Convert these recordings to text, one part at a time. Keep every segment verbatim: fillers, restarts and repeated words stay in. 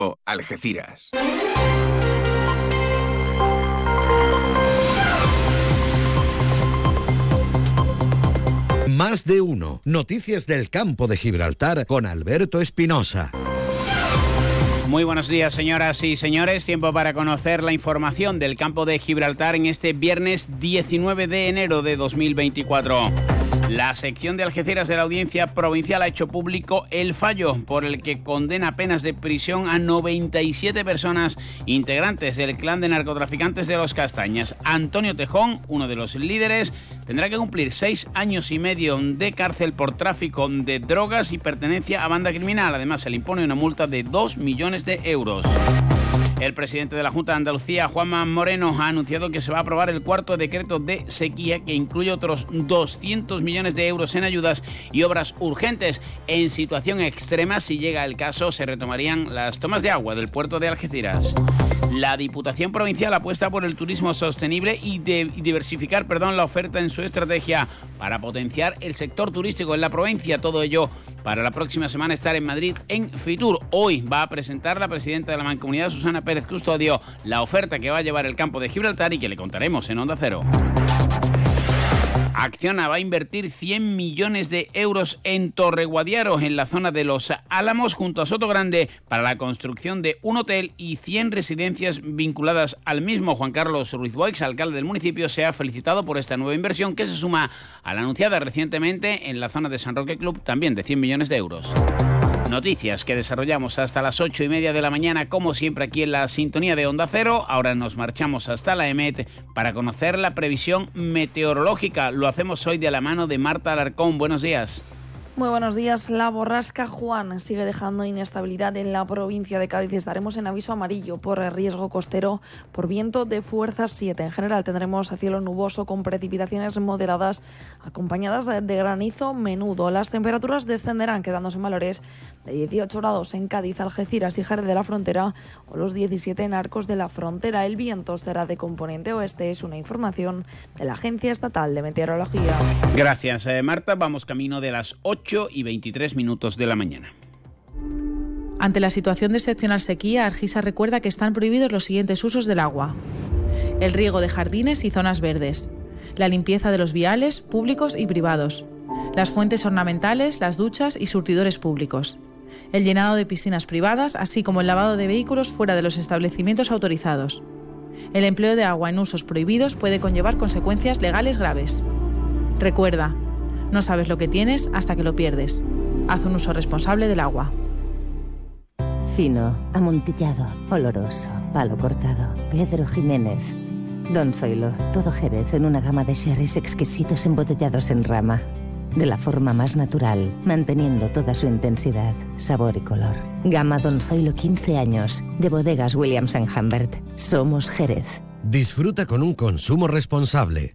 o Algeciras. Más de uno. Noticias del campo de Gibraltar con Alberto Espinosa. Muy buenos días, señoras y señores. Tiempo para conocer la información del campo de Gibraltar en este viernes diecinueve de enero de dos mil veinticuatro. La sección de Algeciras de la Audiencia Provincial ha hecho público el fallo por el que condena penas de prisión a noventa y siete personas integrantes del clan de narcotraficantes de Los Castañas. Antonio Tejón, uno de los líderes, tendrá que cumplir seis años y medio de cárcel por tráfico de drogas y pertenencia a banda criminal. Además, se le impone una multa de dos millones de euros. El presidente de la Junta de Andalucía, Juanma Moreno, ha anunciado que se va a aprobar el cuarto decreto de sequía que incluye otros doscientos millones de euros en ayudas y obras urgentes. En situación extrema, si llega el caso, se retomarían las tomas de agua del puerto de Algeciras. La Diputación Provincial apuesta por el turismo sostenible y de diversificar perdón, la oferta en su estrategia para potenciar el sector turístico en la provincia. Todo ello para la próxima semana estar en Madrid en Fitur. Hoy va a presentar la presidenta de la Mancomunidad, Susana Pérez Custodio, la oferta que va a llevar el campo de Gibraltar y que le contaremos en Onda Cero. Acciona va a invertir cien millones de euros en Torreguadiaro, en la zona de Los Álamos, junto a Sotogrande, para la construcción de un hotel y cien residencias vinculadas al mismo. Juan Carlos Ruiz Boix, alcalde del municipio, se ha felicitado por esta nueva inversión que se suma a la anunciada recientemente en la zona de San Roque Club, también de cien millones de euros. Noticias que desarrollamos hasta las ocho y media de la mañana, como siempre aquí en la sintonía de Onda Cero. Ahora nos marchamos hasta la EMET para conocer la previsión meteorológica. Lo hacemos hoy de la mano de Marta Alarcón. Buenos días. Muy buenos días. La borrasca Juan sigue dejando inestabilidad en la provincia de Cádiz. Estaremos en aviso amarillo por riesgo costero por viento de fuerza siete. En general tendremos cielo nuboso con precipitaciones moderadas acompañadas de granizo menudo. Las temperaturas descenderán quedándose en valores de dieciocho grados en Cádiz, Algeciras y Jerez de la Frontera o los diecisiete en Arcos de la Frontera. El viento será de componente oeste. Es una información de la Agencia Estatal de Meteorología. Gracias, eh, Marta. Vamos camino de las ocho y veintitrés minutos de la mañana. Ante la situación de excepcional sequía, Argisa recuerda que están prohibidos los siguientes usos del agua: el riego de jardines y zonas verdes, la limpieza de los viales públicos y privados, las fuentes ornamentales, las duchas y surtidores públicos, el llenado de piscinas privadas, así como el lavado de vehículos fuera de los establecimientos autorizados. El empleo de agua en usos prohibidos puede conllevar consecuencias legales graves. Recuerda, no sabes lo que tienes hasta que lo pierdes. Haz un uso responsable del agua. Fino, amontillado, oloroso, palo cortado. Pedro Jiménez. Don Zoilo, todo Jerez en una gama de sherries exquisitos embotellados en rama. De la forma más natural, manteniendo toda su intensidad, sabor y color. Gama Don Zoilo quince años, de bodegas Williams and Humbert. Somos Jerez. Disfruta con un consumo responsable.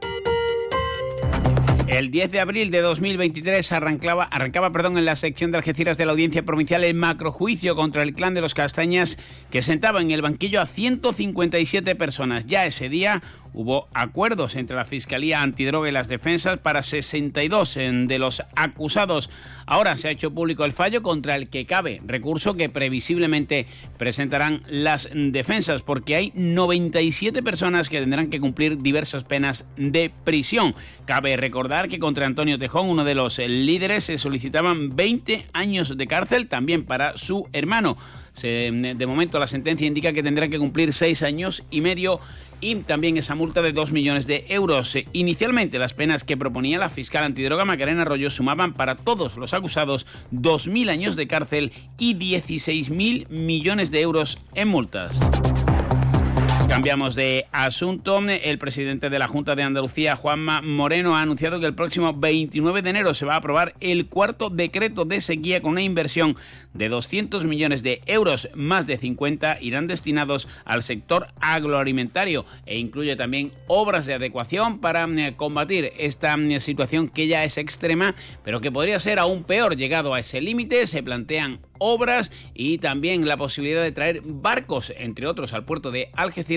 El diez de abril de dos mil veintitrés arrancaba, arrancaba perdón, en la sección de Algeciras de la Audiencia Provincial el macrojuicio contra el clan de los Castañas, que sentaba en el banquillo a ciento cincuenta y siete personas. Ya ese día hubo acuerdos entre la Fiscalía Antidroga y las defensas para sesenta y dos de los acusados. Ahora se ha hecho público el fallo contra el que cabe recurso que previsiblemente presentarán las defensas, porque hay noventa y siete personas que tendrán que cumplir diversas penas de prisión. Cabe recordar que contra Antonio Tejón, uno de los líderes, se solicitaban veinte años de cárcel, también para su hermano. Se, de momento la sentencia indica que tendrá que cumplir seis años y medio y también esa multa de dos millones de euros. Inicialmente las penas que proponía la fiscal antidroga Macarena Arroyo sumaban para todos los acusados dos mil años de cárcel y dieciséis mil millones de euros en multas. Cambiamos de asunto. El presidente de la Junta de Andalucía, Juanma Moreno, ha anunciado que el próximo veintinueve de enero se va a aprobar el cuarto decreto de sequía con una inversión de doscientos millones de euros. Más de cincuenta irán destinados al sector agroalimentario e incluye también obras de adecuación para combatir esta situación que ya es extrema, pero que podría ser aún peor. Llegado a ese límite, se plantean obras y también la posibilidad de traer barcos, entre otros, al puerto de Algeciras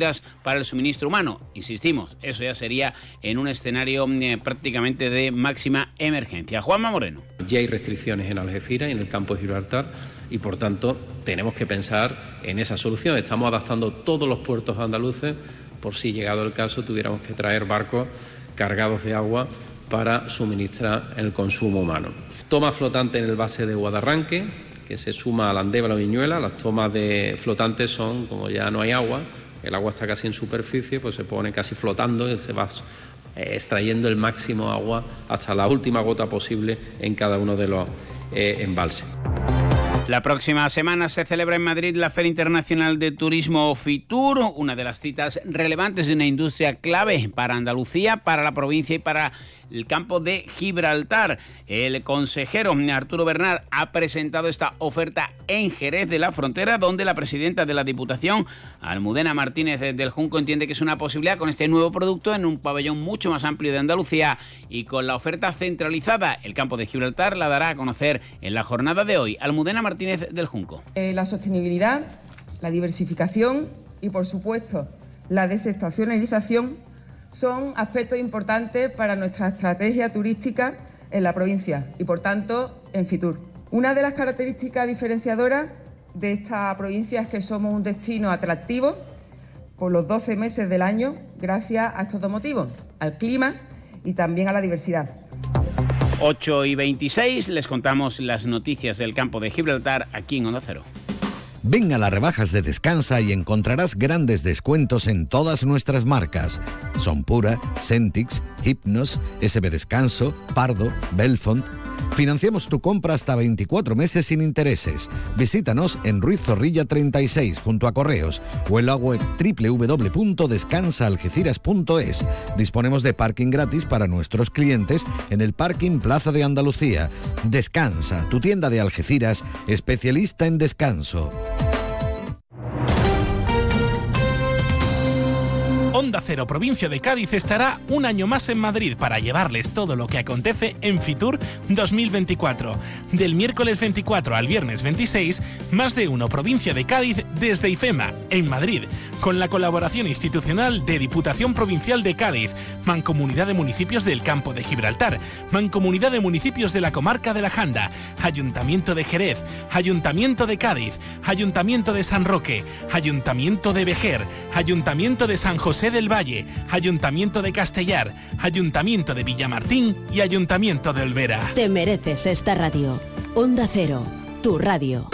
reducidas para el suministro humano. Insistimos, eso ya sería en un escenario eh, prácticamente de máxima emergencia. Juanma Moreno. Ya hay restricciones en Algeciras y en el campo de Gibraltar y, por tanto, tenemos que pensar en esa solución. Estamos adaptando todos los puertos andaluces por si, llegado el caso, tuviéramos que traer barcos cargados de agua para suministrar el consumo humano. Toma flotante en el base de Guadarranque, que se suma a la Andévalo o Viñuela. Las tomas de flotantes son, como ya no hay agua, el agua está casi en superficie, pues se pone casi flotando y se va extrayendo el máximo agua hasta la última gota posible en cada uno de los eh, embalses. La próxima semana se celebra en Madrid la Feria Internacional de Turismo Fitur, una de las citas relevantes de una industria clave para Andalucía, para la provincia y para el campo de Gibraltar. El consejero Arturo Bernal ha presentado esta oferta en Jerez de la Frontera, donde la presidenta de la Diputación, Almudena Martínez del Junco, entiende que es una posibilidad con este nuevo producto en un pabellón mucho más amplio de Andalucía y con la oferta centralizada. El campo de Gibraltar la dará a conocer en la jornada de hoy. Almudena Martínez del Junco. Eh, la sostenibilidad, la diversificación y, por supuesto, la desestacionalización son aspectos importantes para nuestra estrategia turística en la provincia y, por tanto, en Fitur. Una de las características diferenciadoras de esta provincia es que somos un destino atractivo por los doce meses del año gracias a estos dos motivos, al clima y también a la diversidad. ocho y veintiséis, les contamos las noticias del campo de Gibraltar aquí en Onda Cero. Ven a las rebajas de Descansa y encontrarás grandes descuentos en todas nuestras marcas. Son Pura, Sentix, Hypnos, S B Descanso, Pardo, Belfont. Financiamos tu compra hasta veinticuatro meses sin intereses. Visítanos en Ruiz Zorrilla treinta y seis junto a Correos o en la web doble u doble u doble u punto descansa algeciras punto es. Disponemos de parking gratis para nuestros clientes en el Parking Plaza de Andalucía. Descansa, tu tienda de Algeciras, especialista en descanso. Onda Cero Provincia de Cádiz estará un año más en Madrid para llevarles todo lo que acontece en Fitur dos mil veinticuatro. Del miércoles veinticuatro al viernes veintiséis, más de uno Provincia de Cádiz desde IFEMA, en Madrid, con la colaboración institucional de Diputación Provincial de Cádiz, Mancomunidad de Municipios del Campo de Gibraltar, Mancomunidad de Municipios de la Comarca de la Janda, Ayuntamiento de Jerez, Ayuntamiento de Cádiz, Ayuntamiento de San Roque, Ayuntamiento de Vejer, Ayuntamiento de San José del Valle, Ayuntamiento de Castellar, Ayuntamiento de Villamartín y Ayuntamiento de Olvera. Te mereces esta radio. Onda Cero, tu radio.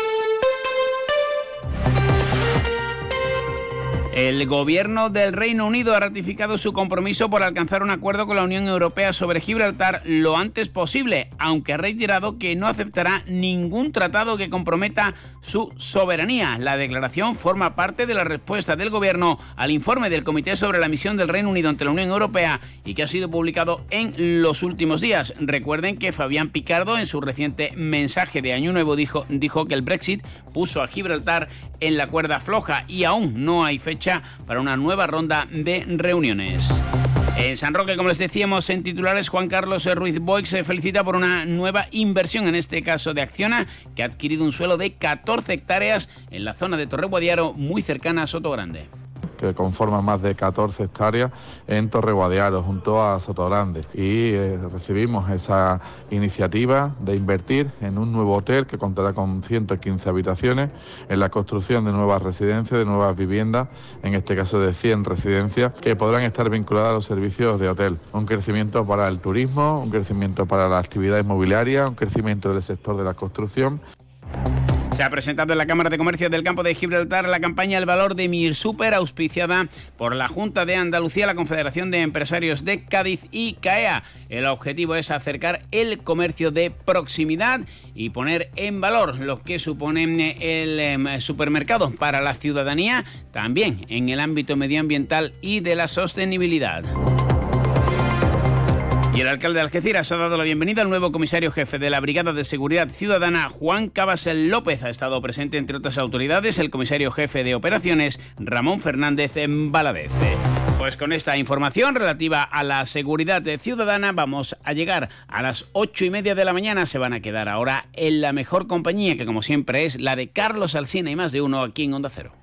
El gobierno del Reino Unido ha ratificado su compromiso por alcanzar un acuerdo con la Unión Europea sobre Gibraltar lo antes posible, aunque ha reiterado que no aceptará ningún tratado que comprometa su soberanía. La declaración forma parte de la respuesta del gobierno al informe del Comité sobre la misión del Reino Unido ante la Unión Europea y que ha sido publicado en los últimos días. Recuerden que Fabián Picardo, en su reciente mensaje de Año Nuevo, dijo, dijo que el Brexit puso a Gibraltar en la cuerda floja y aún no hay fecha para una nueva ronda de reuniones. En San Roque, como les decíamos en titulares, Juan Carlos Ruiz Boix se felicita por una nueva inversión, en este caso de Acciona, que ha adquirido un suelo de catorce hectáreas en la zona de Torreguadiaro, muy cercana a Sotogrande, que conforma más de catorce hectáreas en Torreguadiaro, junto a Sotogrande. Y eh, recibimos esa iniciativa de invertir en un nuevo hotel que contará con ciento quince habitaciones, en la construcción de nuevas residencias, de nuevas viviendas, en este caso de cien residencias, que podrán estar vinculadas a los servicios de hotel. Un crecimiento para el turismo, un crecimiento para la actividad inmobiliaria, un crecimiento del sector de la construcción. Se ha presentado en la Cámara de Comercio del Campo de Gibraltar la campaña El Valor de mi Súper, auspiciada por la Junta de Andalucía, la Confederación de Empresarios de Cádiz y CAEA. El objetivo es acercar el comercio de proximidad y poner en valor lo que supone el supermercado para la ciudadanía, también en el ámbito medioambiental y de la sostenibilidad. Y el alcalde de Algeciras ha dado la bienvenida al nuevo comisario jefe de la Brigada de Seguridad Ciudadana, Juan Cabasel López. Ha estado presente, entre otras autoridades, el comisario jefe de operaciones, Ramón Fernández Valadez. Pues con esta información relativa a la seguridad ciudadana vamos a llegar a las ocho y media de la mañana. Se van a quedar ahora en la mejor compañía, que como siempre es la de Carlos Alsina y más de uno aquí en Onda Cero.